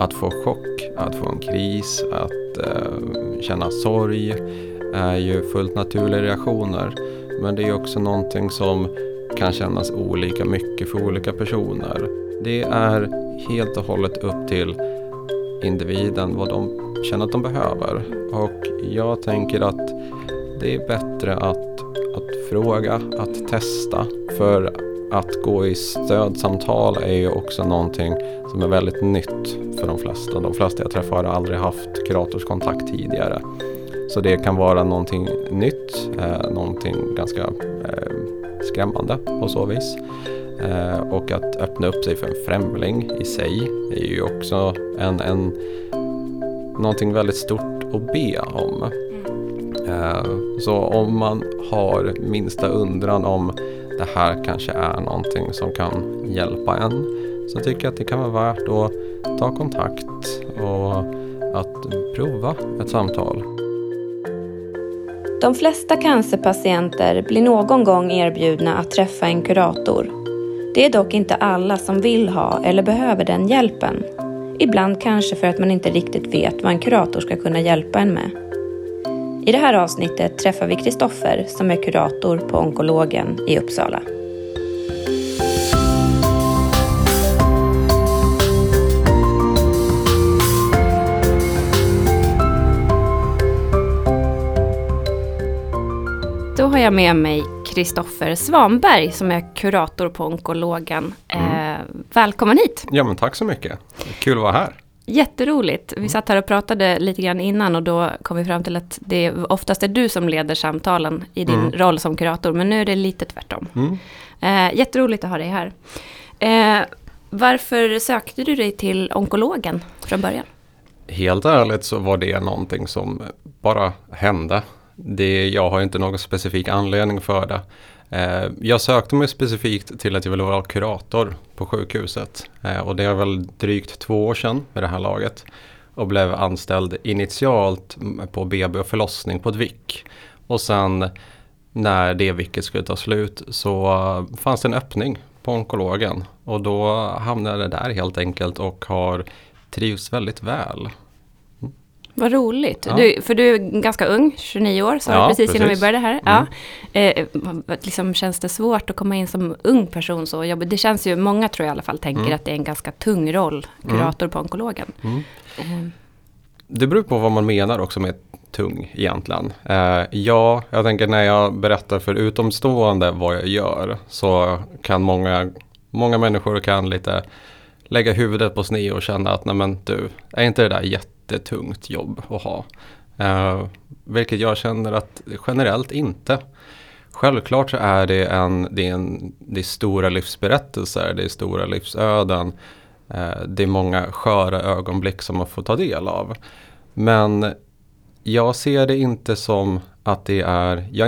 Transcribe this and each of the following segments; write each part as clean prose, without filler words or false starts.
att få chock, att få en kris, att känna sorg är ju fullt naturliga reaktioner. Men det är också någonting som kan kännas olika mycket för olika personer. Det är helt och hållet upp till individen vad de känner att de behöver. Och jag tänker att det är bättre att fråga, att testa. För att gå i stödsamtal är ju också någonting som är väldigt nytt för de flesta. De flesta jag träffar har aldrig haft kuratorskontakt tidigare. Så det kan vara någonting nytt, någonting ganska skrämmande på så vis. Och att öppna upp sig för en främling i sig är ju också någonting väldigt stort att be om. Så om man har minsta undran om det här kanske är någonting som kan hjälpa en, så tycker jag att det kan vara värt att ta kontakt och att prova ett samtal. De flesta cancerpatienter blir någon gång erbjudna att träffa en kurator. Det är dock inte alla som vill ha eller behöver den hjälpen. Ibland kanske för att man inte riktigt vet vad en kurator ska kunna hjälpa en med. I det här avsnittet träffar vi Kristoffer som är kurator på Onkologen i Uppsala. Då har jag med mig Kristoffer Svanberg som är kurator på Onkologen. Välkommen hit! Ja, men tack så mycket. Kul att vara här. Jätteroligt. Vi satt här och pratade lite grann innan och då kom vi fram till att det oftast är du som leder samtalen i din roll som kurator. Men nu är det lite tvärtom. Jätteroligt att ha dig här. Varför sökte du dig till Onkologen från början? Helt ärligt så var det någonting som bara hände. Jag har inte någon specifik anledning för det. Jag sökte mig specifikt till att jag ville vara kurator på sjukhuset. Och det är väl drygt 2 år sedan med det här laget. Och blev anställd initialt på BB och förlossning på ett VIK. Och sen när det VIKet skulle ta slut så fanns det en öppning på Onkologen. Och då hamnade jag där helt enkelt och har trivs väldigt väl. Vad roligt. Ja. För du är ganska ung, 29 år, sa du precis innan vi började här. Liksom, känns det svårt att komma in som ung person så jobbigt? Det känns ju, många tror jag i alla fall tänker att det är en ganska tung roll, kurator på Onkologen. Det beror på vad man menar också med tung egentligen. Jag tänker när jag berättar för utomstående vad jag gör så kan många människor kan lite lägga huvudet på sned och känna att nej men du, är inte det där jättetungt jobb att ha? Vilket jag känner att generellt inte. Självklart så är det är stora livsberättelser, det är stora livsöden. Det är många sköra ögonblick som man får ta del av. Men jag ser det inte som att det är, jag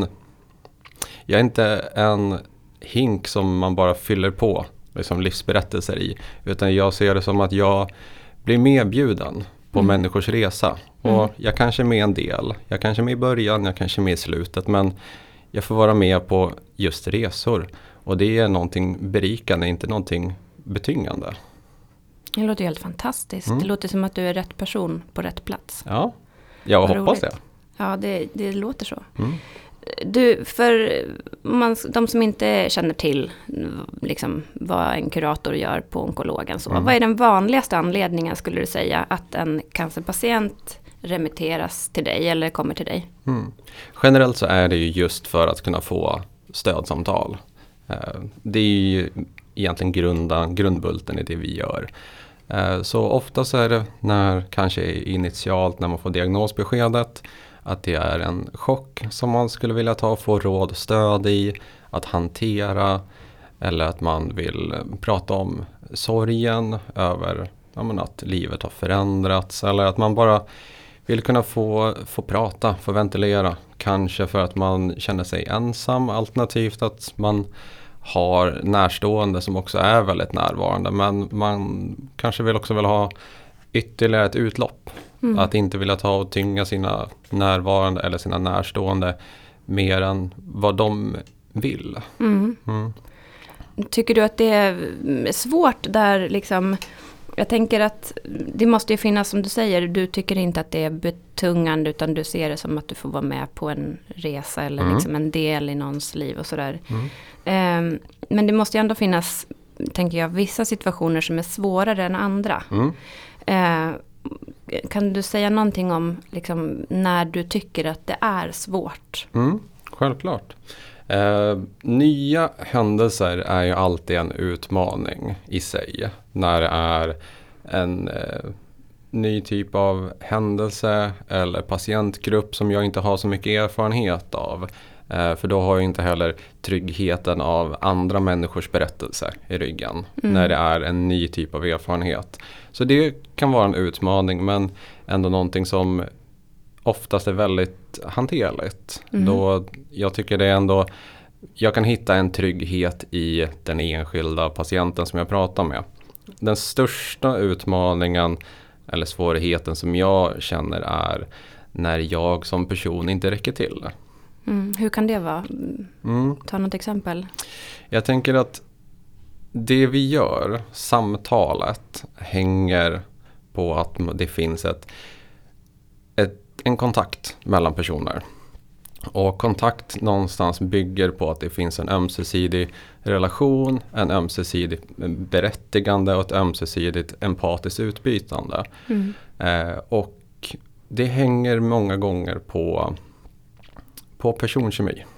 är inte en hink som man bara fyller på liksom livsberättelser i. Utan jag ser det som att jag blir medbjuden på människors resa. Och jag kanske är med en del. Jag kanske är med i början, jag kanske är med i slutet. Men jag får vara med på just resor. Och det är någonting berikande, inte någonting betyngande. Det låter helt fantastiskt. Det låter som att du är rätt person på rätt plats. Ja, jag hoppas det. Ja, det låter så. Du, för de som inte känner till liksom, vad en kurator gör på Onkologen, så vad är den vanligaste anledningen skulle du säga att en cancerpatient remitteras till dig eller kommer till dig? Generellt så är det ju just för att kunna få stödsamtal. Det är ju egentligen grundbulten i det vi gör. Så ofta så är det kanske initialt när man får diagnosbeskedet att det är en chock som man skulle vilja få råd och stöd i, att hantera, eller att man vill prata om sorgen över att livet har förändrats, eller att man bara vill kunna få prata, få ventilera, kanske för att man känner sig ensam, alternativt att man har närstående som också är väldigt närvarande, men man kanske vill ha ytterligare ett utlopp. Att inte vilja ta och tynga sina närvarande eller sina närstående mer än vad de vill. Tycker du att det är svårt där liksom Jag tänker att det måste ju finnas, som du säger, du tycker inte att det är betungande utan du ser det som att du får vara med på en resa eller liksom en del i någons liv och sådär. Men det måste ju ändå finnas, tänker jag, vissa situationer som är svårare än andra. Kan du säga någonting om liksom, när du tycker att det är svårt? Självklart. Nya händelser är ju alltid en utmaning i sig. När det är en ny typ av händelse eller patientgrupp som jag inte har så mycket erfarenhet av. För då har jag inte heller tryggheten av andra människors berättelser i ryggen. När det är en ny typ av erfarenhet. Så det kan vara en utmaning, men ändå någonting som oftast är väldigt hanterligt. Då jag tycker det är ändå, jag kan hitta en trygghet i den enskilda patienten som jag pratar med. Den största utmaningen eller svårigheten som jag känner är när jag som person inte räcker till. Hur kan det vara? Ta något exempel. Jag tänker att det vi gör, samtalet, hänger på att det finns en kontakt mellan personer. Och kontakt någonstans bygger på att det finns en ömsesidig relation, en ömsesidig berättigande och ett ömsesidigt empatiskt utbytande. Och det hänger många gånger på personkemi.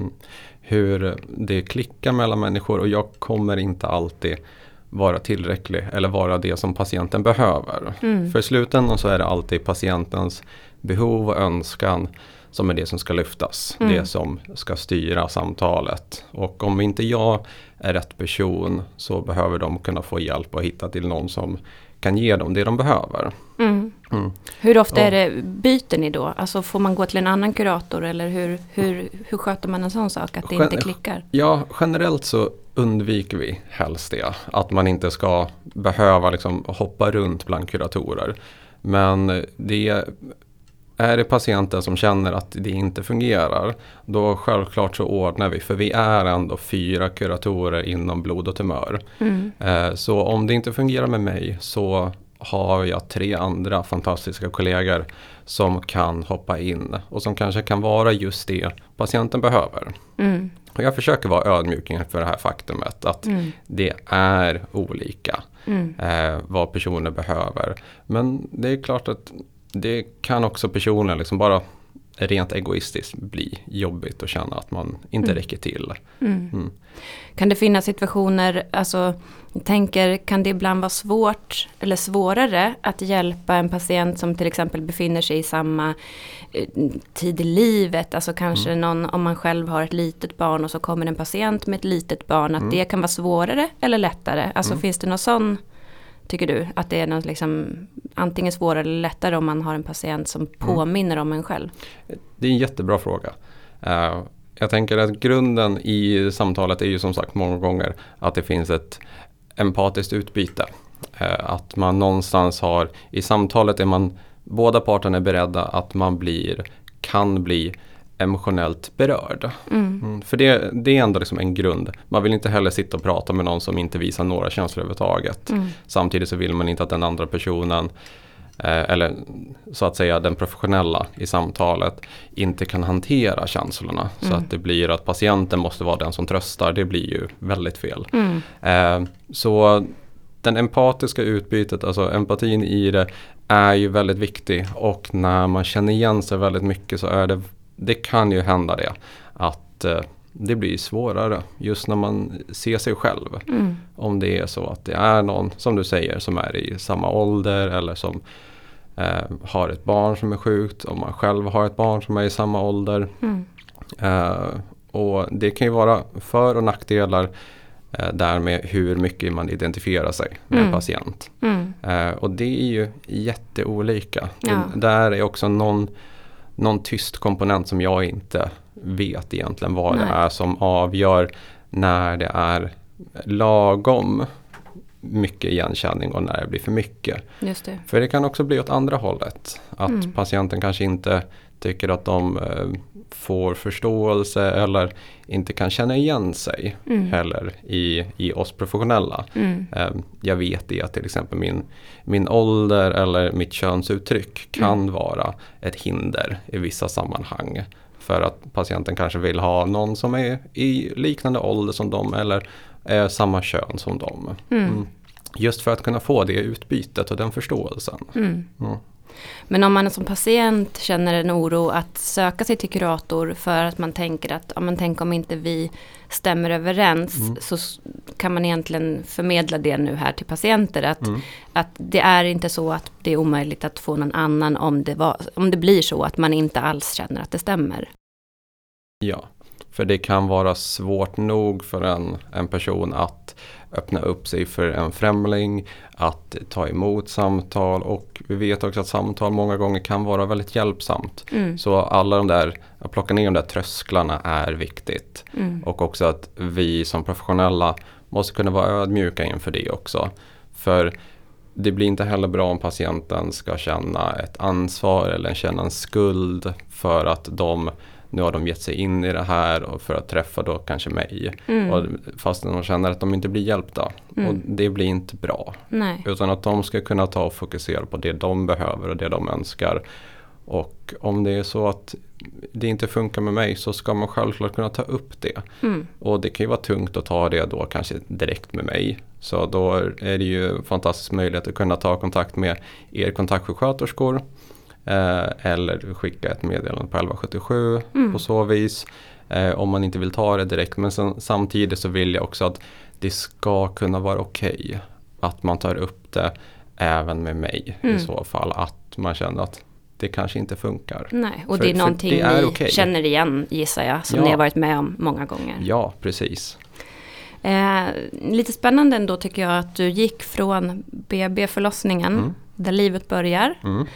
Hur det klickar mellan människor, och jag kommer inte alltid vara tillräcklig eller vara det som patienten behöver. För i slutändan så är det alltid patientens behov och önskan som är det som ska lyftas. Det som ska styra samtalet. Och om inte jag är rätt person så behöver de kunna få hjälp och hitta till någon som kan ge dem det de behöver. Hur ofta är det, byter ni då? Alltså får man gå till en annan kurator eller hur sköter man en sån sak att det inte klickar? Ja, generellt så undviker vi helst det. Att man inte ska behöva liksom hoppa runt bland kuratorer. Men det är det patienten som känner att det inte fungerar, då självklart så ordnar vi, för vi är ändå 4 kuratorer inom blod och tumör. Så om det inte fungerar med mig så har jag 3 andra fantastiska kollegor som kan hoppa in och som kanske kan vara just det patienten behöver. Och jag försöker vara ödmjuk inför det här faktumet att det är olika vad personer behöver. Men det är klart att det kan också personer liksom bara rent egoistiskt bli jobbigt och känna att man inte räcker till. Kan det finnas situationer, alltså jag tänker, kan det ibland vara svårt eller svårare att hjälpa en patient som till exempel befinner sig i samma tid i livet, alltså kanske någon, om man själv har ett litet barn och så kommer en patient med ett litet barn, att det kan vara svårare eller lättare? Alltså finns det någon sån, tycker du, att det är något liksom antingen svårare eller lättare om man har en patient som påminner om en själv? Det är en jättebra fråga. Jag tänker att grunden i samtalet är ju som sagt många gånger att det finns ett empatiskt utbyte. Att man någonstans har, i samtalet är man, båda parterna är beredda att man kan bli emotionellt berörd. För det är ändå liksom en grund. Man vill inte heller sitta och prata med någon som inte visar några känslor överhuvudtaget. Samtidigt så vill man inte att den andra personen eller så att säga den professionella i samtalet inte kan hantera känslorna. Så att det blir att patienten måste vara den som tröstar. Det blir ju väldigt fel. Så den empatiska utbytet, alltså empatin i det, är ju väldigt viktig. Och när man känner igen sig väldigt mycket så är det kan ju hända det att det blir svårare just när man ser sig själv. Om det är så att det är någon, som du säger, som är i samma ålder eller som har ett barn som är sjukt, om man själv har ett barn som är i samma ålder. Och det kan ju vara för- och nackdelar där med hur mycket man identifierar sig med en patient. Och det är ju jätteolika. Där är också någon tyst komponent som jag inte vet egentligen vad det är som avgör när det är lagom mycket igenkänning och när det blir för mycket. Just det. För det kan också bli åt andra hållet. Att patienten kanske inte tycker att de får förståelse eller inte kan känna igen sig heller i oss professionella. Jag vet det att till exempel min ålder eller mitt könsuttryck kan vara ett hinder i vissa sammanhang. För att patienten kanske vill ha någon som är i liknande ålder som dem eller är samma kön som dem. Just för att kunna få det utbytet och den förståelsen. Men om man som patient känner en oro att söka sig till kurator för att man tänker att tänk om inte vi stämmer överens, så kan man egentligen förmedla det nu här till patienter att det är inte så att det är omöjligt att få någon annan om det blir så att man inte alls känner att det stämmer. Ja, för det kan vara svårt nog för en person att öppna upp sig för en främling, att ta emot samtal, och vi vet också att samtal många gånger kan vara väldigt hjälpsamt. Så att plocka ner de där trösklarna är viktigt. Och också att vi som professionella måste kunna vara ödmjuka inför det också. För det blir inte heller bra om patienten ska känna ett ansvar eller känna en skuld för att nu har de gett sig in i det här och för att träffa då kanske mig. Och fast de känner att de inte blir hjälpta. Och det blir inte bra. Nej. Utan att de ska kunna ta och fokusera på det de behöver och det de önskar. Och om det är så att det inte funkar med mig, så ska man självklart kunna ta upp det. Och det kan ju vara tungt att ta det då kanske direkt med mig. Så då är det ju fantastisk möjlighet att kunna ta kontakt med er kontaktsjuksköterskor. Eller skicka ett meddelande på 1177 på så vis. Om man inte vill ta det direkt. Men samtidigt så vill jag också att det ska kunna vara okej att man tar upp det även med mig i så fall. Att man känner att det kanske inte funkar. Nej, och det är någonting ni känner igen, gissar jag, som ni har varit med om många gånger. Ja, precis. Lite spännande ändå tycker jag att du gick från BB-förlossningen där livet börjar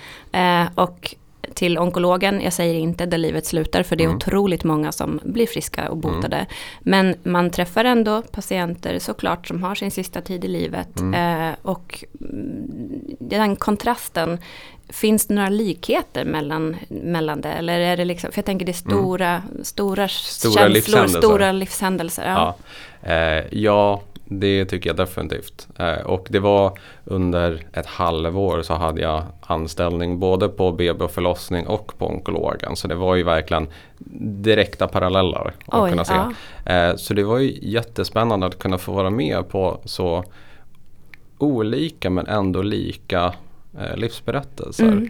och till onkologen. Jag säger inte där livet slutar, för det är otroligt många som blir friska och botade. Men man träffar ändå patienter såklart som har sin sista tid i livet. Och den kontrasten, finns det några likheter mellan det? Eller är det liksom, för jag tänker det är stora känslor, stora livshändelser. Ja, det tycker jag definitivt. Och det var under ett halvår så hade jag anställning både på BB och förlossning och på onkologen. Så det var ju verkligen direkta paralleller att kunna se. Så det var ju jättespännande att kunna få vara med på så olika men ändå lika livsberättelser.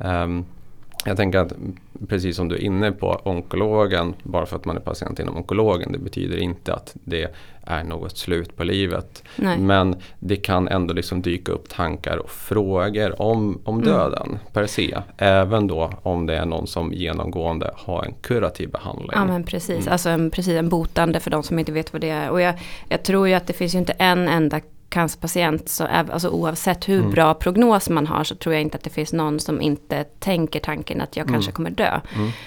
Jag tänker att precis som du är inne på onkologen, bara för att man är patient inom onkologen, det betyder inte att det är något slut på livet. Nej. Men det kan ändå liksom dyka upp tankar och frågor om döden per se. Även då om det är någon som genomgående har en kurativ behandling. Ja, men precis. Alltså en botande för de som inte vet vad det är. Och jag tror ju att det finns ju inte en enda cancerpatient, så alltså oavsett hur bra prognos man har, så tror jag inte att det finns någon som inte tänker tanken att jag kanske kommer dö.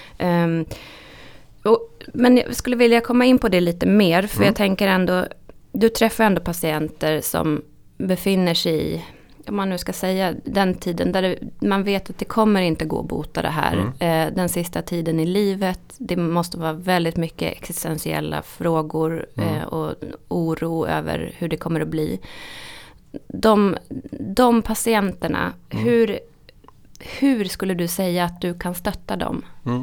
Men jag skulle vilja komma in på det lite mer, för jag tänker ändå, du träffar ändå patienter som befinner sig i, om man nu ska säga, den tiden där man vet att det kommer inte gå att bota det här. Den sista tiden i livet, det måste vara väldigt mycket existentiella frågor och oro över hur det kommer att bli. De patienterna, hur skulle du säga att du kan stötta dem?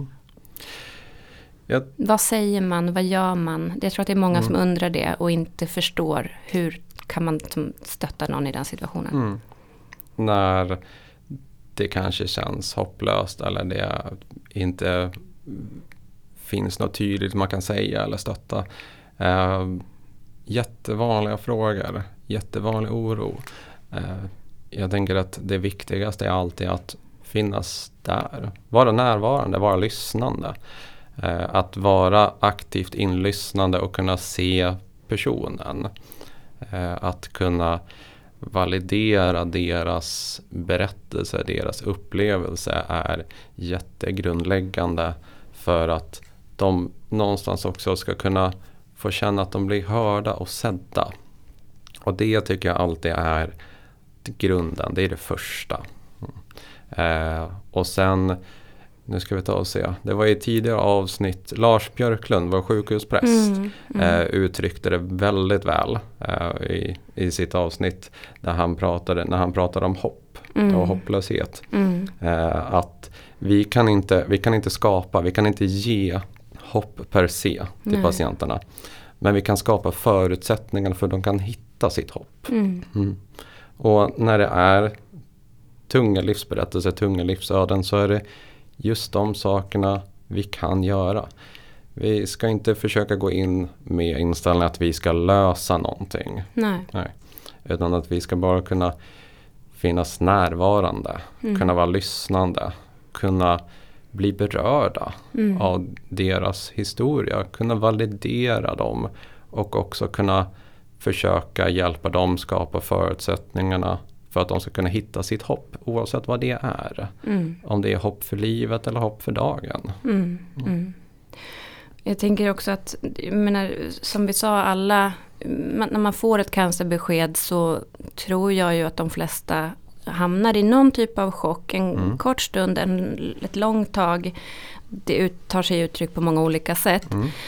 Vad säger man? Vad gör man? Jag tror att det är många som undrar det och inte förstår hur kan man stötta någon i den situationen. När det kanske känns hopplöst eller det inte finns något tydligt man kan säga eller stötta. Jättevanliga frågor, jättevanlig oro. Jag tänker att det viktigaste är alltid att finnas där. Vara närvarande, vara lyssnande. Att vara aktivt inlyssnande och kunna se personen. Att kunna validera deras berättelse, deras upplevelse är jättegrundläggande för att de någonstans också ska kunna få känna att de blir hörda och sedda. Och det tycker jag alltid är grunden, det är det första. Och sen nu ska vi ta och se. Det var i tidigare avsnitt. Lars Björklund, vår sjukhuspräst, uttryckte det väldigt väl i sitt avsnitt när han pratade om hopp och hopplöshet. Att vi kan inte skapa, vi kan inte ge hopp per se till patienterna. Men vi kan skapa förutsättningar för att de kan hitta sitt hopp. Och när det är tunga livsberättelser, tunga livsöden, så är det just de sakerna vi kan göra. Vi ska inte försöka gå in med inställningen att vi ska lösa någonting. Nej. Utan att vi ska bara kunna finnas närvarande, kunna vara lyssnande, kunna bli berörda av deras historia, kunna validera dem och också kunna försöka hjälpa dem skapa förutsättningarna för att de ska kunna hitta sitt hopp, oavsett vad det är. Om det är hopp för livet eller hopp för dagen. Jag tänker också att, som vi sa, alla, när man får ett cancerbesked så tror jag ju att de flesta hamnar i någon typ av chock. En kort stund, ett långt tag. Det tar sig uttryck på många olika sätt.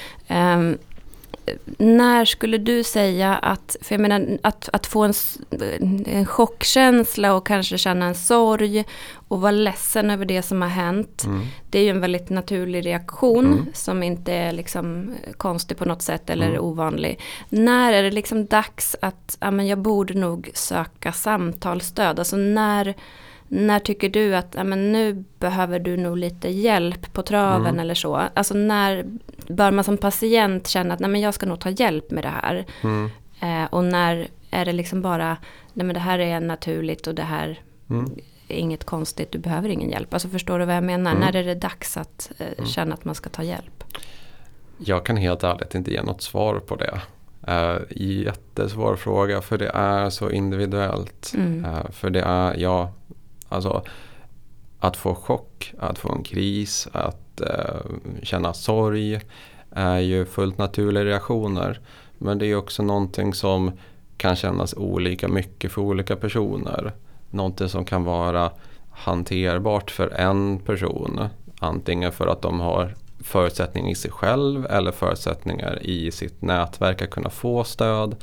När skulle du säga att, för jag menar, att få en chockkänsla och kanske känna en sorg och vara ledsen över det som har hänt, det är ju en väldigt naturlig reaktion som inte är liksom konstig på något sätt eller ovanlig. När är det liksom dags att jag borde nog söka samtalsstöd? Alltså när tycker du att nu behöver du nog lite hjälp på traven eller så? Alltså när bör man som patient känna att jag ska nog ta hjälp med det här? Och när är det liksom bara det här är naturligt och det här är inget konstigt, du behöver ingen hjälp. Alltså förstår du vad jag menar? När är det dags att känna att man ska ta hjälp? Jag kan helt ärligt inte ge något svar på det. Jättesvår fråga, för det är så individuellt. För det är, alltså att få chock, att få en kris, att känna sorg är ju fullt naturliga reaktioner. Men det är också någonting som kan kännas olika mycket för olika personer. Någonting som kan vara hanterbart för en person. Antingen för att de har förutsättningar i sig själv eller förutsättningar i sitt nätverk att kunna få stöd.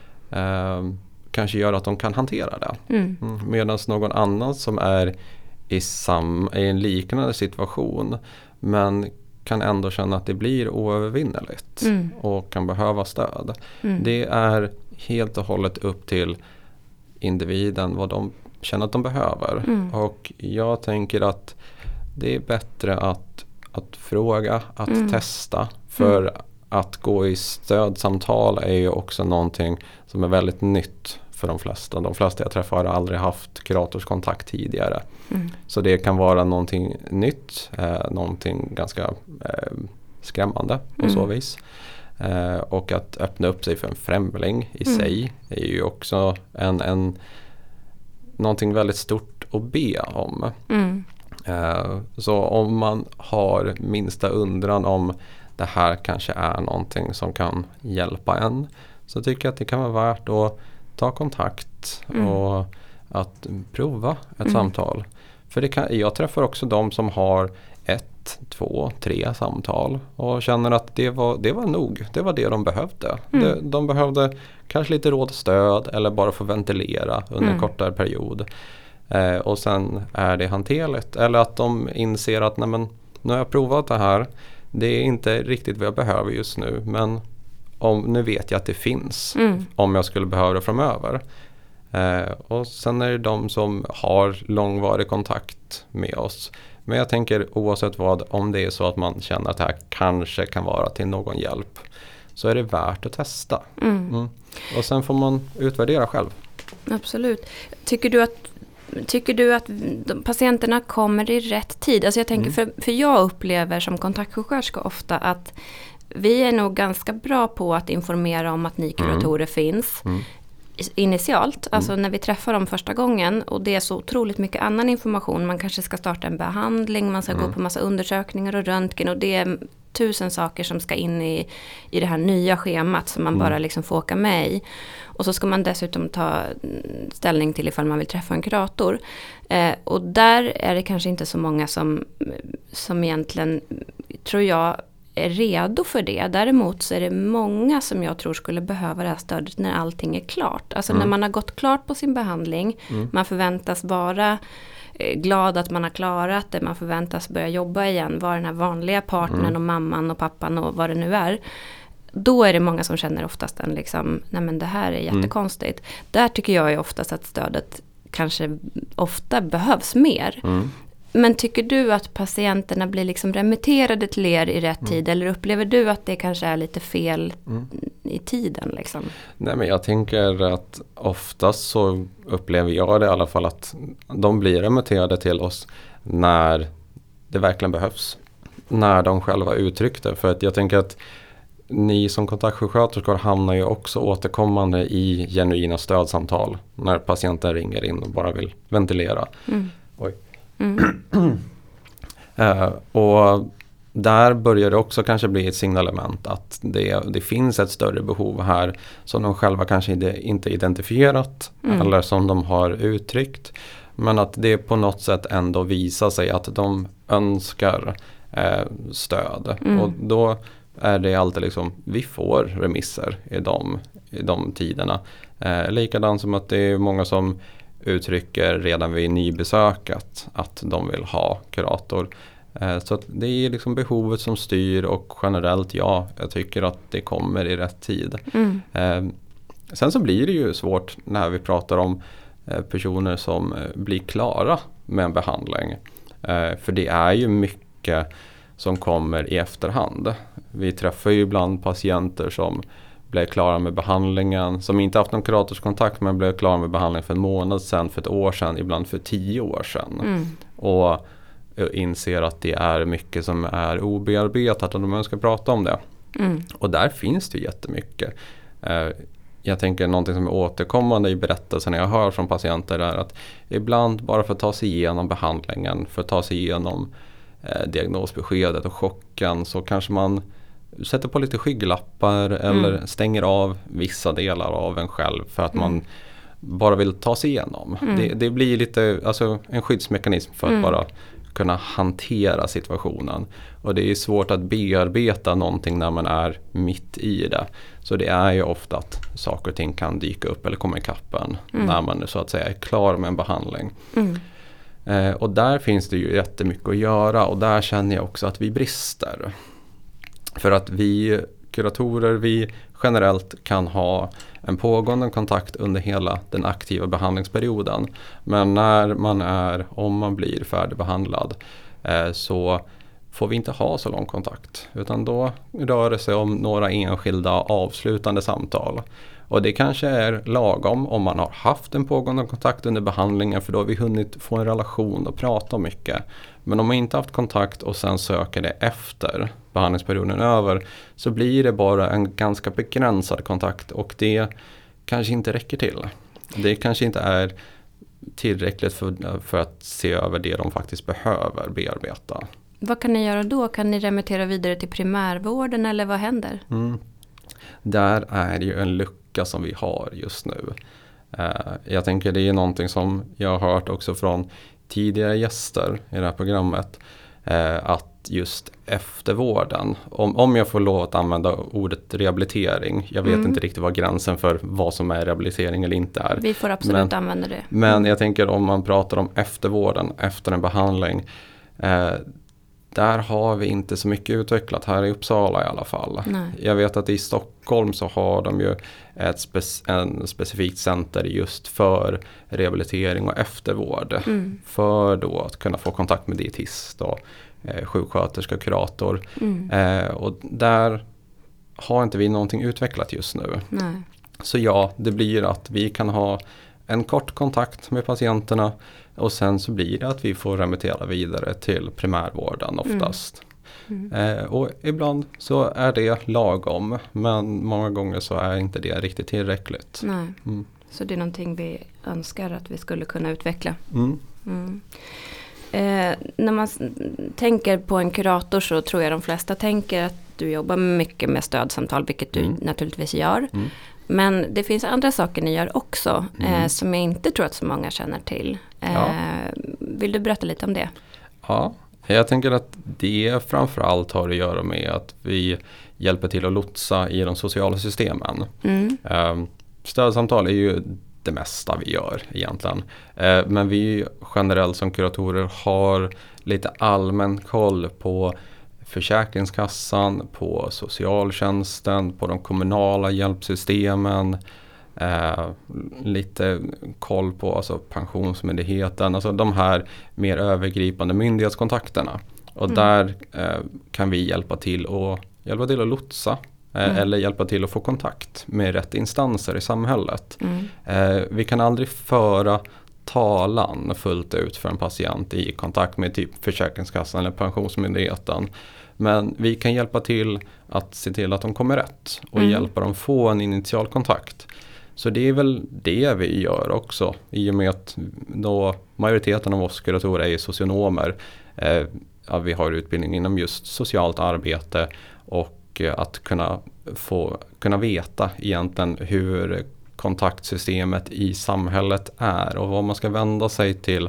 Kanske gör att de kan hantera det. Medan någon annan som är i en liknande situation men kan ändå känna att det blir oövervinneligt och kan behöva stöd. Det är helt och hållet upp till individen vad de känner att de behöver. Och jag tänker att det är bättre att fråga, att testa. För att gå i stödsamtal är ju också någonting som är väldigt nytt för de flesta. De flesta jag träffar har aldrig haft kuratorskontakt tidigare. Så det kan vara någonting nytt, någonting ganska skrämmande på så vis. Och att öppna upp sig för en främling i sig är ju också någonting väldigt stort att be om. Så om man har minsta undran om det här kanske är någonting som kan hjälpa en, så tycker jag att det kan vara värt att ta kontakt och att prova ett samtal. För jag träffar också de som har 1, 2, 3 samtal och känner att det var nog. Det var det de behövde. De behövde kanske lite råd och stöd eller bara få ventilera under en kortare period. Och sen är det hanterligt. Eller att de inser att nu har jag provat det här. Det är inte riktigt vad jag behöver just nu. Men nu vet jag att det finns om jag skulle behöva det framöver. Och sen är det de som har långvarig kontakt med oss. Men jag tänker oavsett vad, om det är så att man känner att det här kanske kan vara till någon hjälp, så är det värt att testa. Och sen får man utvärdera själv. Absolut. Tycker du att patienterna kommer i rätt tid? Alltså jag tänker, för jag upplever som kontaktsjuksköterska ofta att vi är nog ganska bra på att informera om att ni kuratorer finns. initialt, alltså när vi träffar dem första gången och det är så otroligt mycket annan information. Man kanske ska starta en behandling, man ska gå på massa undersökningar och röntgen och det är 1000 saker som ska in i det här nya schemat som man bara liksom får åka med i. Och så ska man dessutom ta ställning till ifall man vill träffa en kurator. Och där är det kanske inte så många som egentligen, tror jag, är redo för det. Däremot så är det många som jag tror skulle behöva det här stödet när allting är klart. Alltså när man har gått klart på sin behandling, man förväntas vara glad att man har klarat det, man förväntas börja jobba igen, vara den här vanliga partnern och mamman och pappan och vad det nu är. Då är det många som känner oftast en liksom, nej men det här är jättekonstigt. Där tycker jag ju oftast att stödet kanske ofta behövs mer. Men tycker du att patienterna blir liksom remitterade till er i rätt tid eller upplever du att det kanske är lite fel i tiden liksom? Nej, men jag tänker att oftast så upplever jag det i alla fall att de blir remitterade till oss när det verkligen behövs. När de själva uttrycker det. För att jag tänker att ni som kontaktsjuksköterskor hamnar ju också återkommande i genuina stödsamtal när patienten ringer in och bara vill ventilera. Oj. Och där börjar det också kanske bli ett signalement att det finns ett större behov här som de själva kanske inte identifierat eller som de har uttryckt, men att det på något sätt ändå visar sig att de önskar stöd. Och då är det alltid liksom, vi får remisser i de tiderna. Likadant som att det är många som uttrycker redan vid nybesöket att de vill ha kurator. Så att det är liksom behovet som styr och generellt jag tycker att det kommer i rätt tid. Sen så blir det ju svårt när vi pratar om personer som blir klara med en behandling. För det är ju mycket som kommer i efterhand. Vi träffar ju ibland patienter som blev klara med behandlingen, som inte haft någon kuratorskontakt men blev klara med behandling för en månad sedan, för ett år sedan, ibland för 10 år sedan. Och inser att det är mycket som är obearbetat och de önskar prata om det. Och där finns det jättemycket. Jag tänker någonting som är återkommande i berättelsen jag hör från patienter är att ibland bara för att ta sig igenom behandlingen, för att ta sig igenom diagnosbeskedet och chocken, så kanske man sätter på lite skygglappar eller stänger av vissa delar av en själv för att man bara vill ta sig igenom. Det blir lite alltså en skyddsmekanism för att bara kunna hantera situationen. Och det är svårt att bearbeta någonting när man är mitt i det. Så det är ju ofta att saker och ting kan dyka upp eller komma i kappen när man så att säga är klar med en behandling. Och där finns det ju jättemycket att göra och där känner jag också att vi brister. För att vi kuratorer, vi generellt kan ha en pågående kontakt under hela den aktiva behandlingsperioden. Men om man blir färdigbehandlad så får vi inte ha så lång kontakt. Utan då rör det sig om några enskilda avslutande samtal. Och det kanske är lagom om man har haft en pågående kontakt under behandlingen, för då har vi hunnit få en relation och prata mycket. Men om man inte haft kontakt och sen söker det efter behandlingsperioden över, så blir det bara en ganska begränsad kontakt och det kanske inte räcker till. Det kanske inte är tillräckligt för att se över det de faktiskt behöver bearbeta. Vad kan ni göra då? Kan ni remittera vidare till primärvården eller vad händer? Där är det ju en lucka som vi har just nu. Jag tänker det är någonting som jag har hört också från tidigare gäster i det här programmet. Att just eftervården, om jag får lov att använda ordet rehabilitering. Jag vet inte riktigt vad gränsen för vad som är rehabilitering eller inte är. Vi får absolut använda det. Men jag tänker om man pratar om eftervården efter en behandling. Där har vi inte så mycket utvecklat här i Uppsala i alla fall. Nej. Jag vet att i Stockholm så har de ju en specifikt center just för rehabilitering och eftervård. För då att kunna få kontakt med dietist och sjuksköterska, kurator. Och där har inte vi någonting utvecklat just nu. Nej. Så ja, det blir att vi kan ha en kort kontakt med patienterna och sen så blir det att vi får remittera vidare till primärvården oftast. Och ibland så är det lagom, men många gånger så är inte det riktigt tillräckligt. Nej. Så det är någonting vi önskar att vi skulle kunna utveckla. När man tänker på en kurator så tror jag de flesta tänker att du jobbar mycket med stödsamtal, vilket du naturligtvis gör. Men det finns andra saker ni gör också som jag inte tror att så många känner till. Vill du berätta lite om det? Ja, jag tänker att det framförallt har att göra med att vi hjälper till att lotsa i de sociala systemen. Stödsamtal är ju det mesta vi gör egentligen. Men vi generellt som kuratorer har lite allmän koll på Försäkringskassan, på socialtjänsten, på de kommunala hjälpsystemen. Lite koll på alltså Pensionsmyndigheten, alltså de här mer övergripande myndighetskontakterna. Och där kan vi hjälpa till att lotsa eller hjälpa till att få kontakt med rätt instanser i samhället. Vi kan aldrig föra talan fullt ut för en patient i kontakt med typ Försäkringskassan eller Pensionsmyndigheten. Men vi kan hjälpa till att se till att de kommer rätt och hjälpa dem få en initial kontakt. Så det är väl det vi gör också, i och med att då majoriteten av oss kuratorer är socionomer. Vi har utbildning inom just socialt arbete och att kunna veta egentligen hur kontaktsystemet i samhället är och vad man ska vända sig till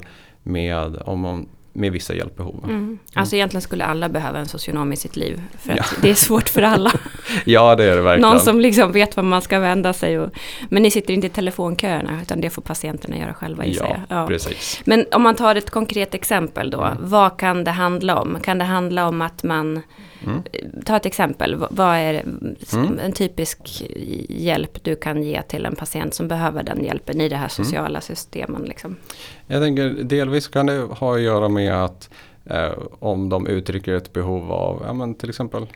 med vissa hjälpbehov. Alltså egentligen skulle alla behöva en socionom i sitt liv, för att det är svårt för alla. Ja, det är det verkligen. Någon som liksom vet vad man ska vända sig. Men ni sitter inte i telefonköerna, utan det får patienterna göra själva i sig. Ja, precis. Men om man tar ett konkret exempel då, vad kan det handla om? Kan det handla om att man... Ta ett exempel, vad är en typisk hjälp du kan ge till en patient som behöver den hjälpen i det här sociala systemen? Liksom? Jag tänker delvis kan det ha att göra med att om de uttrycker ett behov av, till exempel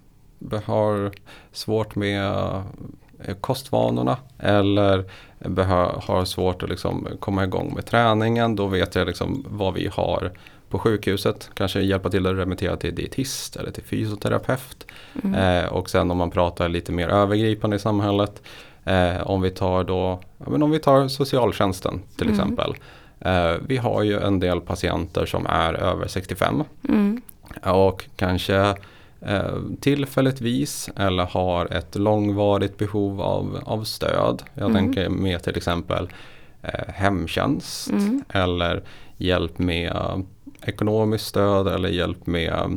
har svårt med kostvanorna eller har svårt att liksom komma igång med träningen, då vet jag liksom vad vi har på sjukhuset. Kanske hjälpa till att remittera till dietist eller till fysioterapeut. Och sen om man pratar lite mer övergripande i samhället, om vi tar socialtjänsten till exempel. Vi har ju en del patienter som är över 65 och kanske tillfälligtvis eller har ett långvarigt behov av stöd. Jag tänker med till exempel hemtjänst eller hjälp med ekonomiskt stöd eller hjälp med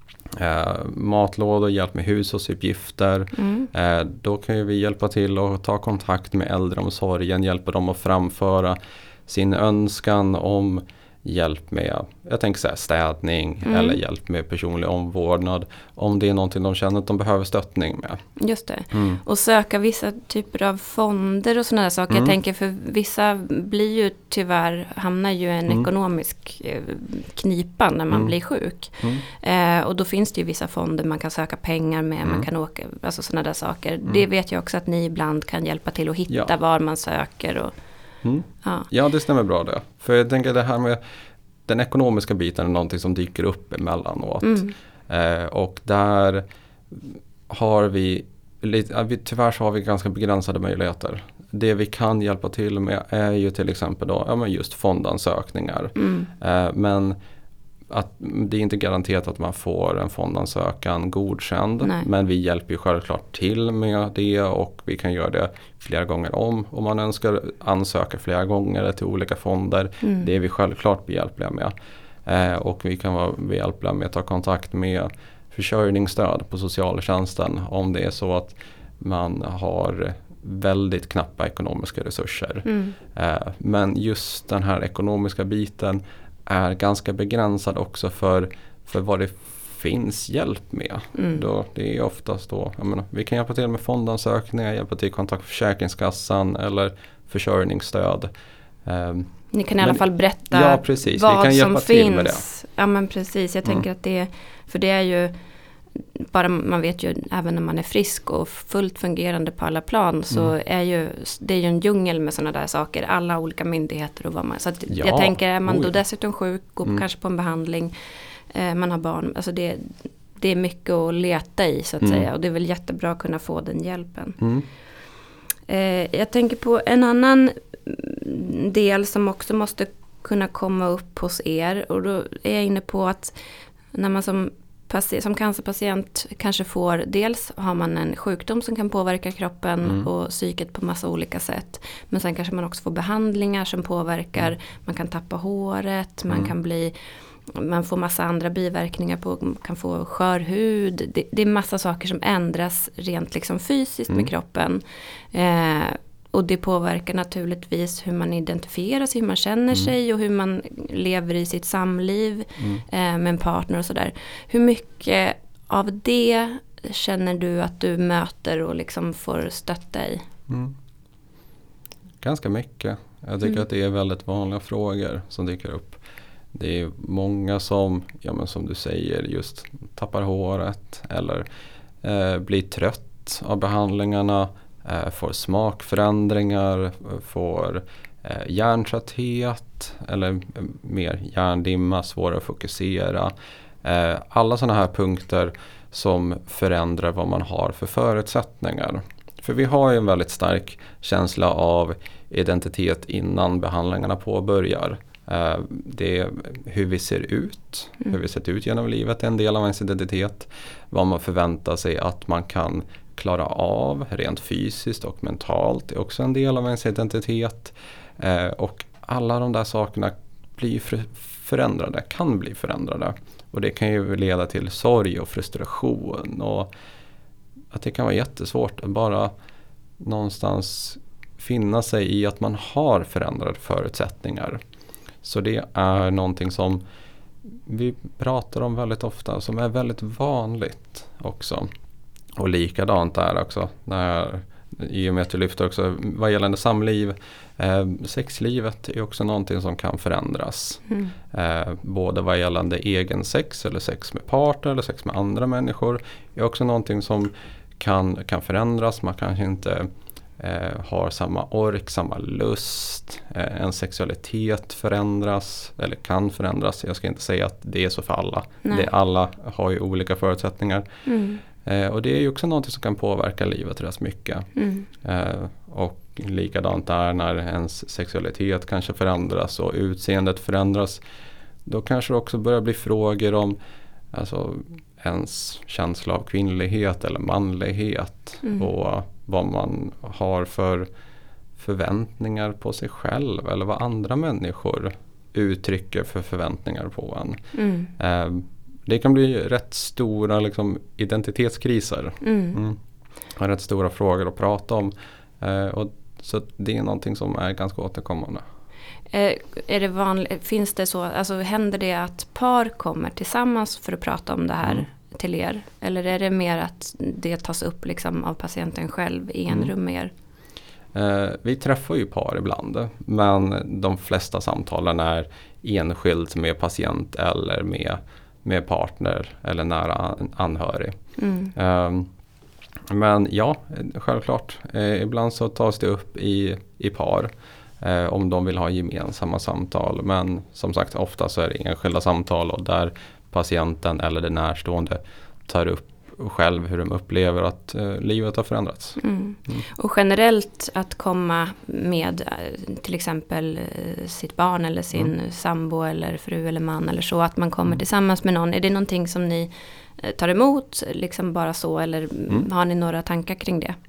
matlådor, hjälp med hushållsuppgifter. Då kan ju vi hjälpa till att ta kontakt med äldreomsorgen, hjälpa dem att framföra sin önskan om hjälp med, jag tänker så här, städning eller hjälp med personlig omvårdnad, om det är någonting de känner att de behöver stöttning med. Just det. Och söka vissa typer av fonder och sådana där saker. Jag tänker för vissa blir ju hamnar ju en ekonomisk knipa när man blir sjuk. Och då finns det ju vissa fonder man kan söka pengar med, man kan åka, alltså sådana där saker. Det vet jag också att ni ibland kan hjälpa till att hitta var man söker och Ja, det stämmer bra det. För jag tänker det här med den ekonomiska biten är någonting som dyker upp emellanåt. Och där har vi tyvärr så har vi ganska begränsade möjligheter. Det vi kan hjälpa till med är ju till exempel då, just fondansökningar. Men att det är inte garanterat att man får en fondansökan godkänd. Nej. Men vi hjälper ju självklart till med det och vi kan göra det flera gånger om man önskar ansöka flera gånger till olika fonder. Det är vi självklart behjälpliga med. Och vi kan vara behjälpliga med att ta kontakt med försörjningsstöd på socialtjänsten om det är så att man har väldigt knappa ekonomiska resurser. Men just den här ekonomiska biten är ganska begränsad också för vad det finns hjälp med. Det är oftast vi kan hjälpa till med fondansökningar, hjälpa till kontakt med Försäkringskassan eller försörjningsstöd. Ni kan i alla fall berätta precis. Vi vad kan hjälpa som till finns. Med det. Ja, men precis. Jag tänker att för det är ju bara, man vet ju även när man är frisk och fullt fungerande på alla plan så är det är ju en djungel med sådana där saker, alla olika myndigheter och vad man, så att jag tänker, är man då dessutom sjuk, går kanske på en behandling, man har barn, alltså det är mycket att leta i så att säga, och det är väl jättebra att kunna få den hjälpen. Jag tänker på en annan del som också måste kunna komma upp hos er. Och då är jag inne på att när man som cancerpatient kanske får, dels har man en sjukdom som kan påverka kroppen och psyket på massa olika sätt. Men sen kanske man också får behandlingar som påverkar, man kan tappa håret, man får massa andra biverkningar, kan få skör hud. Det är massa saker som ändras rent liksom fysiskt med kroppen. Och det påverkar naturligtvis hur man identifierar sig, hur man känner sig och hur man lever i sitt samliv med en partner och sådär. Hur mycket av det känner du att du möter och liksom får stötta i? Ganska mycket. Jag tycker att det är väldigt vanliga frågor som dyker upp. Det är många som, som du säger, just tappar håret eller blir trött av behandlingarna. Får smakförändringar, får hjärntrötthet eller mer hjärndimma, svårare att fokusera. Alla sådana här punkter som förändrar vad man har för förutsättningar. För vi har ju en väldigt stark känsla av identitet innan behandlingarna påbörjar. Det är hur vi ser ut, hur vi sett ut genom livet är en del av ens identitet. Vad man förväntar sig att man kan klara av rent fysiskt och mentalt är också en del av ens identitet. Och alla de där sakerna blir förändrade, kan bli förändrade. Och det kan ju leda till sorg och frustration. Och att det kan vara jättesvårt att bara någonstans finna sig i att man har förändrade förutsättningar. Så det är någonting som vi pratar om väldigt ofta, som är väldigt vanligt också. Och likadant där också, i och med att du lyfter också vad gällande samliv, sexlivet är också någonting som kan förändras. Både vad gällande egen sex eller sex med partner eller sex med andra människor är också någonting som kan förändras. Man kanske inte har samma ork, samma lust. En sexualitet förändras eller kan förändras. Jag ska inte säga att det är så för alla. Alla har ju olika förutsättningar. Och det är ju också något som kan påverka livet rätt mycket. Och likadant där när ens sexualitet kanske förändras och utseendet förändras. Då kanske det också börjar bli frågor om ens känsla av kvinnlighet eller manlighet. Och vad man har för förväntningar på sig själv eller vad andra människor uttrycker för förväntningar på en. Det kan bli rätt stora identitetskriser. Rätt stora frågor att prata om. Så det är någonting som är ganska återkommande. Är det vanligt, finns det så, händer det att par kommer tillsammans för att prata om det här till er? Eller är det mer att det tas upp av patienten själv i en rum med er? Vi träffar ju par ibland, men de flesta samtalen är enskilt med patient eller med partner eller nära anhörig. Men ja, självklart. Ibland så tas det upp i par om de vill ha gemensamma samtal. Men som sagt, ofta så är det enskilda samtal och där patienten eller det närstående tar upp själv hur de upplever att livet har förändrats. Och generellt att komma med till exempel sitt barn eller sin sambo eller fru eller man eller så, att man kommer tillsammans med någon. Är det någonting som ni tar emot bara så, eller har ni några tankar kring det?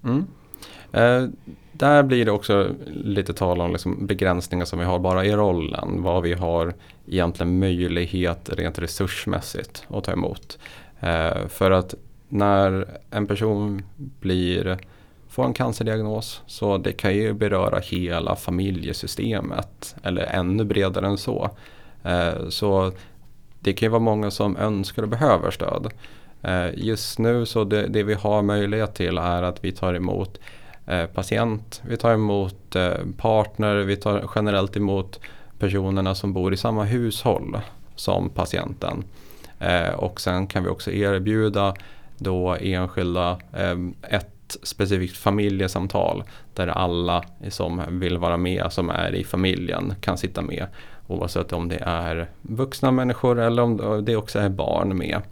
Där blir det också lite tal om begränsningar som vi har bara i rollen. Vad vi har egentligen möjlighet rent resursmässigt att ta emot. För att när en person får en cancerdiagnos, så det kan ju beröra hela familjesystemet eller ännu bredare än så. Så det kan ju vara många som önskar och behöver stöd. Just nu så det vi har möjlighet till är att vi tar emot patient, vi tar emot partner, vi tar generellt emot personerna som bor i samma hushåll som patienten. Och sen kan vi också erbjuda då enskilda ett specifikt familjesamtal där alla som vill vara med, som är i familjen, kan sitta med, oavsett om det är vuxna människor eller om det också är barn med.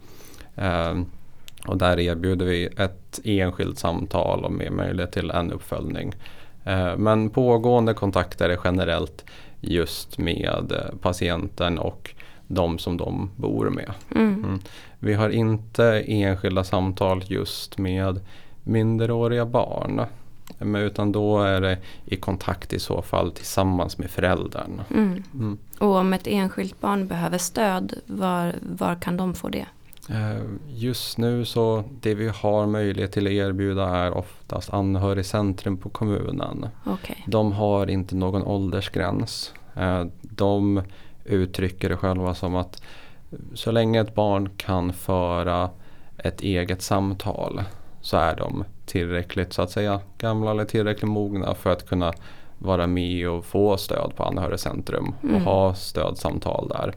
Och där erbjuder vi ett enskilt samtal och med möjlighet till en uppföljning. Men pågående kontakter är generellt just med patienten och de som de bor med. Vi har inte enskilda samtal just med minderåriga barn. Utan då är det i kontakt i så fall tillsammans med föräldern. Och om ett enskilt barn behöver stöd, var kan de få det? Just nu så det vi har möjlighet till att erbjuda är oftast anhörigcentrum på kommunen. Okay. De har inte någon åldersgräns. De uttrycker det själva som att så länge ett barn kan föra ett eget samtal så är de tillräckligt så att säga gamla eller tillräckligt mogna för att kunna vara med och få stöd på anhörigcentrum och ha stödsamtal där.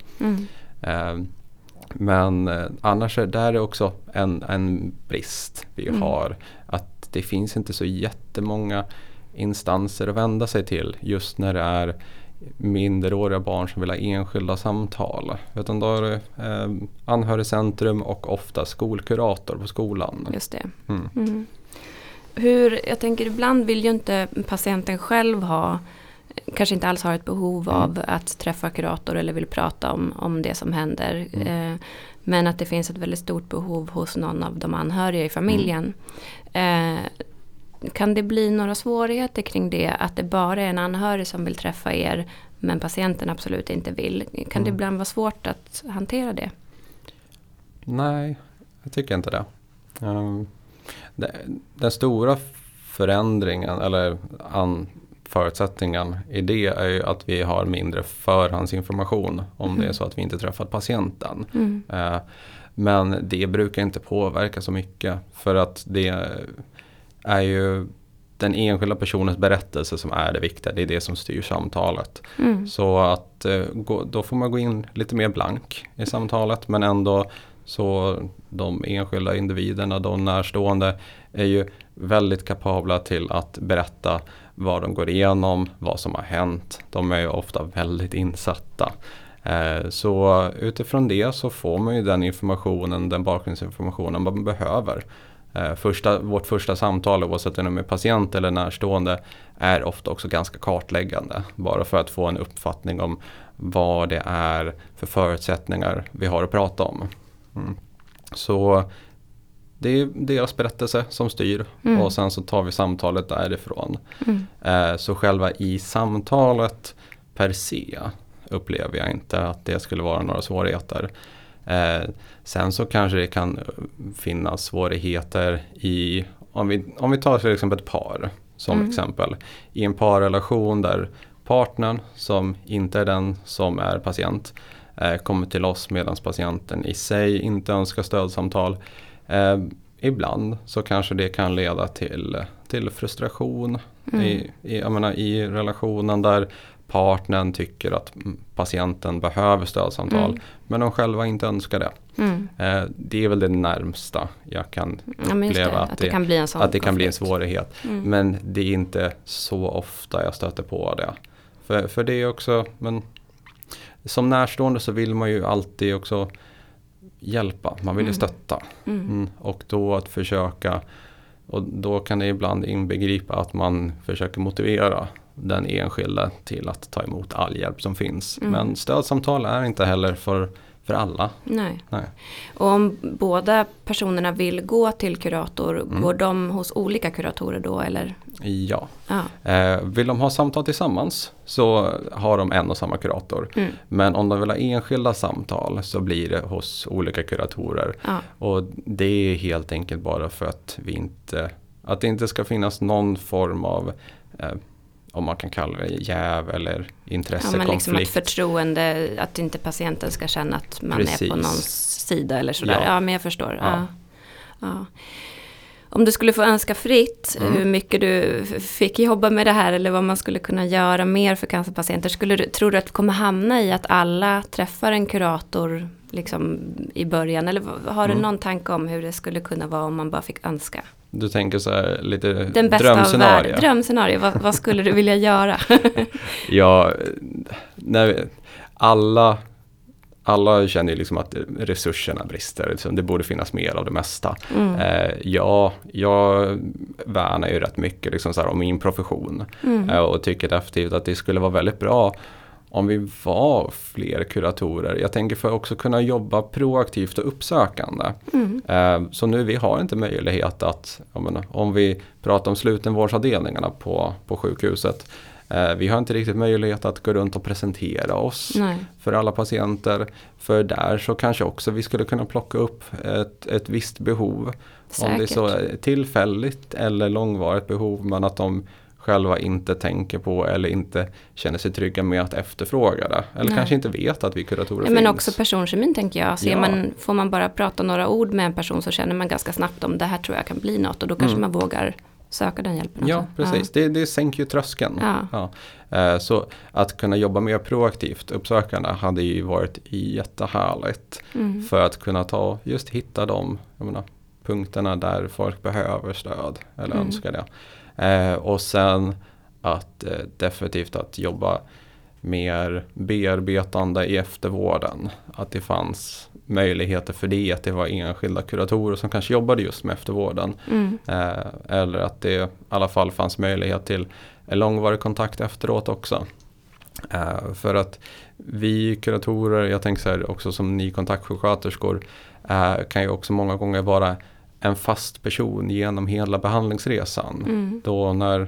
Men annars är det också en brist vi har, att det finns inte så jättemånga instanser att vända sig till just när det är minderåriga barn som vill ha enskilda samtal. Utan då är det anhörigcentrum och ofta skolkurator på skolan. Just det. Jag tänker ibland vill ju inte patienten själv kanske inte alls har ett behov av att träffa kurator eller vill prata om det som händer. Men att det finns ett väldigt stort behov hos någon av de anhöriga i familjen. Kan det bli några svårigheter kring det? Att det bara är en anhörig som vill träffa er men patienten absolut inte vill. Kan det ibland vara svårt att hantera det? Nej, jag tycker inte det. Den stora förändringen eller förutsättningen i det är ju att vi har mindre förhandsinformation om det är så att vi inte träffat patienten. Men det brukar inte påverka så mycket för att det är ju den enskilda personens berättelse som är det viktiga. Det är det som styr samtalet. Så att då får man gå in lite mer blank i samtalet, men ändå så de enskilda individerna, de närstående är ju väldigt kapabla till att berätta vad de går igenom, vad som har hänt. De är ju ofta väldigt insatta. Så utifrån det så får man ju den informationen, den bakgrundsinformationen man behöver. Vårt första samtal, oavsett om det är med patient eller närstående, är ofta också ganska kartläggande. Bara för att få en uppfattning om vad det är för förutsättningar vi har att prata om. Så det är deras berättelse som styr och sen så tar vi samtalet därifrån. Så själva i samtalet per se upplever jag inte att det skulle vara några svårigheter. Sen så kanske det kan finnas svårigheter om vi tar till exempel ett par som exempel. I en parrelation där partnern som inte är den som är patient kommer till oss medan patienten i sig inte önskar stödsamtal. Ibland så kanske det kan leda till frustration i relationen där partnern tycker att patienten behöver stödsamtal men de själva inte önskar det. Det är väl det närmsta jag kan uppleva att det kan bli en svårighet. Men det är inte så ofta jag stöter på det. För det är också, men som närstående så vill man ju alltid också hjälpa, man vill ju stötta. Och då att försöka, och då kan det ibland inbegripa att man försöker motivera den enskilda till att ta emot all hjälp som finns. Men stödsamtal är inte heller för alla. Nej. Och om båda personerna vill gå till kurator, går de hos olika kuratorer då eller? Ja. Vill de ha samtal tillsammans så har de en och samma kurator. Men om de vill ha enskilda samtal så blir det hos olika kuratorer. Och det är helt enkelt bara för att att det inte ska finnas någon form av om man kan kalla det jäv eller intressekonflikt. Men liksom ett förtroende, att inte patienten ska känna att man är på någons sida eller sådär. Ja, men jag förstår. Ja. Om du skulle få önska fritt hur mycket du fick jobba med det här eller vad man skulle kunna göra mer för cancerpatienter, tror du att du kommer hamna i att alla träffar en kurator liksom i början? Eller har du någon tanke om hur det skulle kunna vara om man bara fick önska? Du tänker så här lite den bästa drömscenario. Drömscenario, vad skulle du vilja göra? Ja, alla känner ju liksom att resurserna brister. Liksom, det borde finnas mer av det mesta. Jag värnar ju rätt mycket liksom, så här, om min profession. Och tycker definitivt att det skulle vara väldigt bra om vi var fler kuratorer. Jag tänker för att också kunna jobba proaktivt och uppsökande. Så nu vi har inte möjlighet att, om vi pratar om slutenvårdsavdelningarna på sjukhuset, vi har inte riktigt möjlighet att gå runt och presentera oss för alla patienter. För där så kanske också vi skulle kunna plocka upp ett visst behov. Säkert. Om det är så tillfälligt eller långvarigt behov, men att de själva inte tänker på eller inte känner sig trygga med att efterfråga det. Eller kanske inte vet att vi kuratorer finns. Men också personkemin tänker jag. Får man bara prata några ord med en person så känner man ganska snabbt om det här tror jag kan bli något. Och då kanske man vågar söka den hjälpen. Ja, precis. Det sänker ju tröskeln. Så att kunna jobba mer proaktivt uppsökande hade ju varit jättehärligt. För att kunna hitta de punkterna där folk behöver stöd eller önskar det. Och sen att definitivt att jobba mer bearbetande i eftervården. Att det fanns möjligheter för det, att det var enskilda kuratorer som kanske jobbade just med eftervården. Eller att det i alla fall fanns möjlighet till en långvarig kontakt efteråt också. För att vi kuratorer, jag tänker så här också som ny kontaktsjuksköterskor, kan ju också många gånger vara en fast person genom hela behandlingsresan. Då när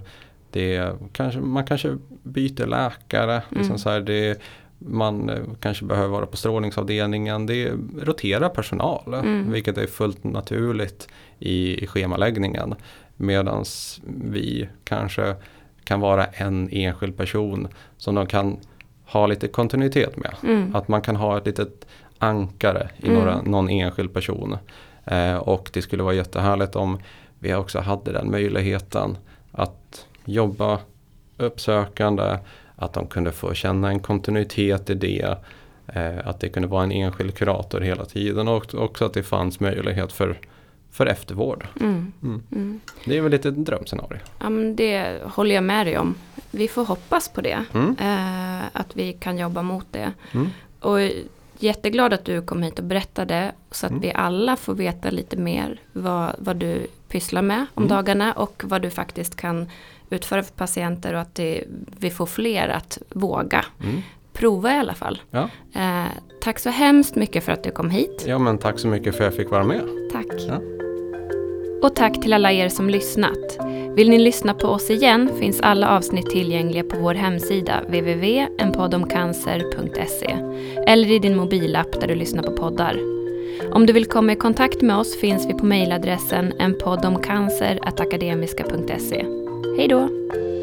man kanske byter läkare. Liksom så här, man kanske behöver vara på strålningsavdelningen. Det roterar personal, vilket är fullt naturligt i schemaläggningen. Medan vi kanske kan vara en enskild person som de kan ha lite kontinuitet med. Att man kan ha ett litet ankare i någon enskild person. Och det skulle vara jättehärligt om vi också hade den möjligheten att jobba uppsökande, att de kunde få känna en kontinuitet i det, att det kunde vara en enskild kurator hela tiden och också att det fanns möjlighet för eftervård. Det är väl lite ett drömscenario. Ja, men det håller jag med dig om. Vi får hoppas på det, att vi kan jobba mot det. Och jätteglad att du kom hit och berättade så att vi alla får veta lite mer vad du pysslar med om dagarna och vad du faktiskt kan utföra för patienter och att vi får fler att våga prova i alla fall. Ja. Tack så hemskt mycket för att du kom hit. Ja, men tack så mycket för att jag fick vara med. Tack. Ja. Och tack till alla er som lyssnat. Vill ni lyssna på oss igen finns alla avsnitt tillgängliga på vår hemsida www.enpoddomcancer.se eller i din mobilapp där du lyssnar på poddar. Om du vill komma i kontakt med oss finns vi på mejladressen enpoddomcancer@akademiska.se. Hej då!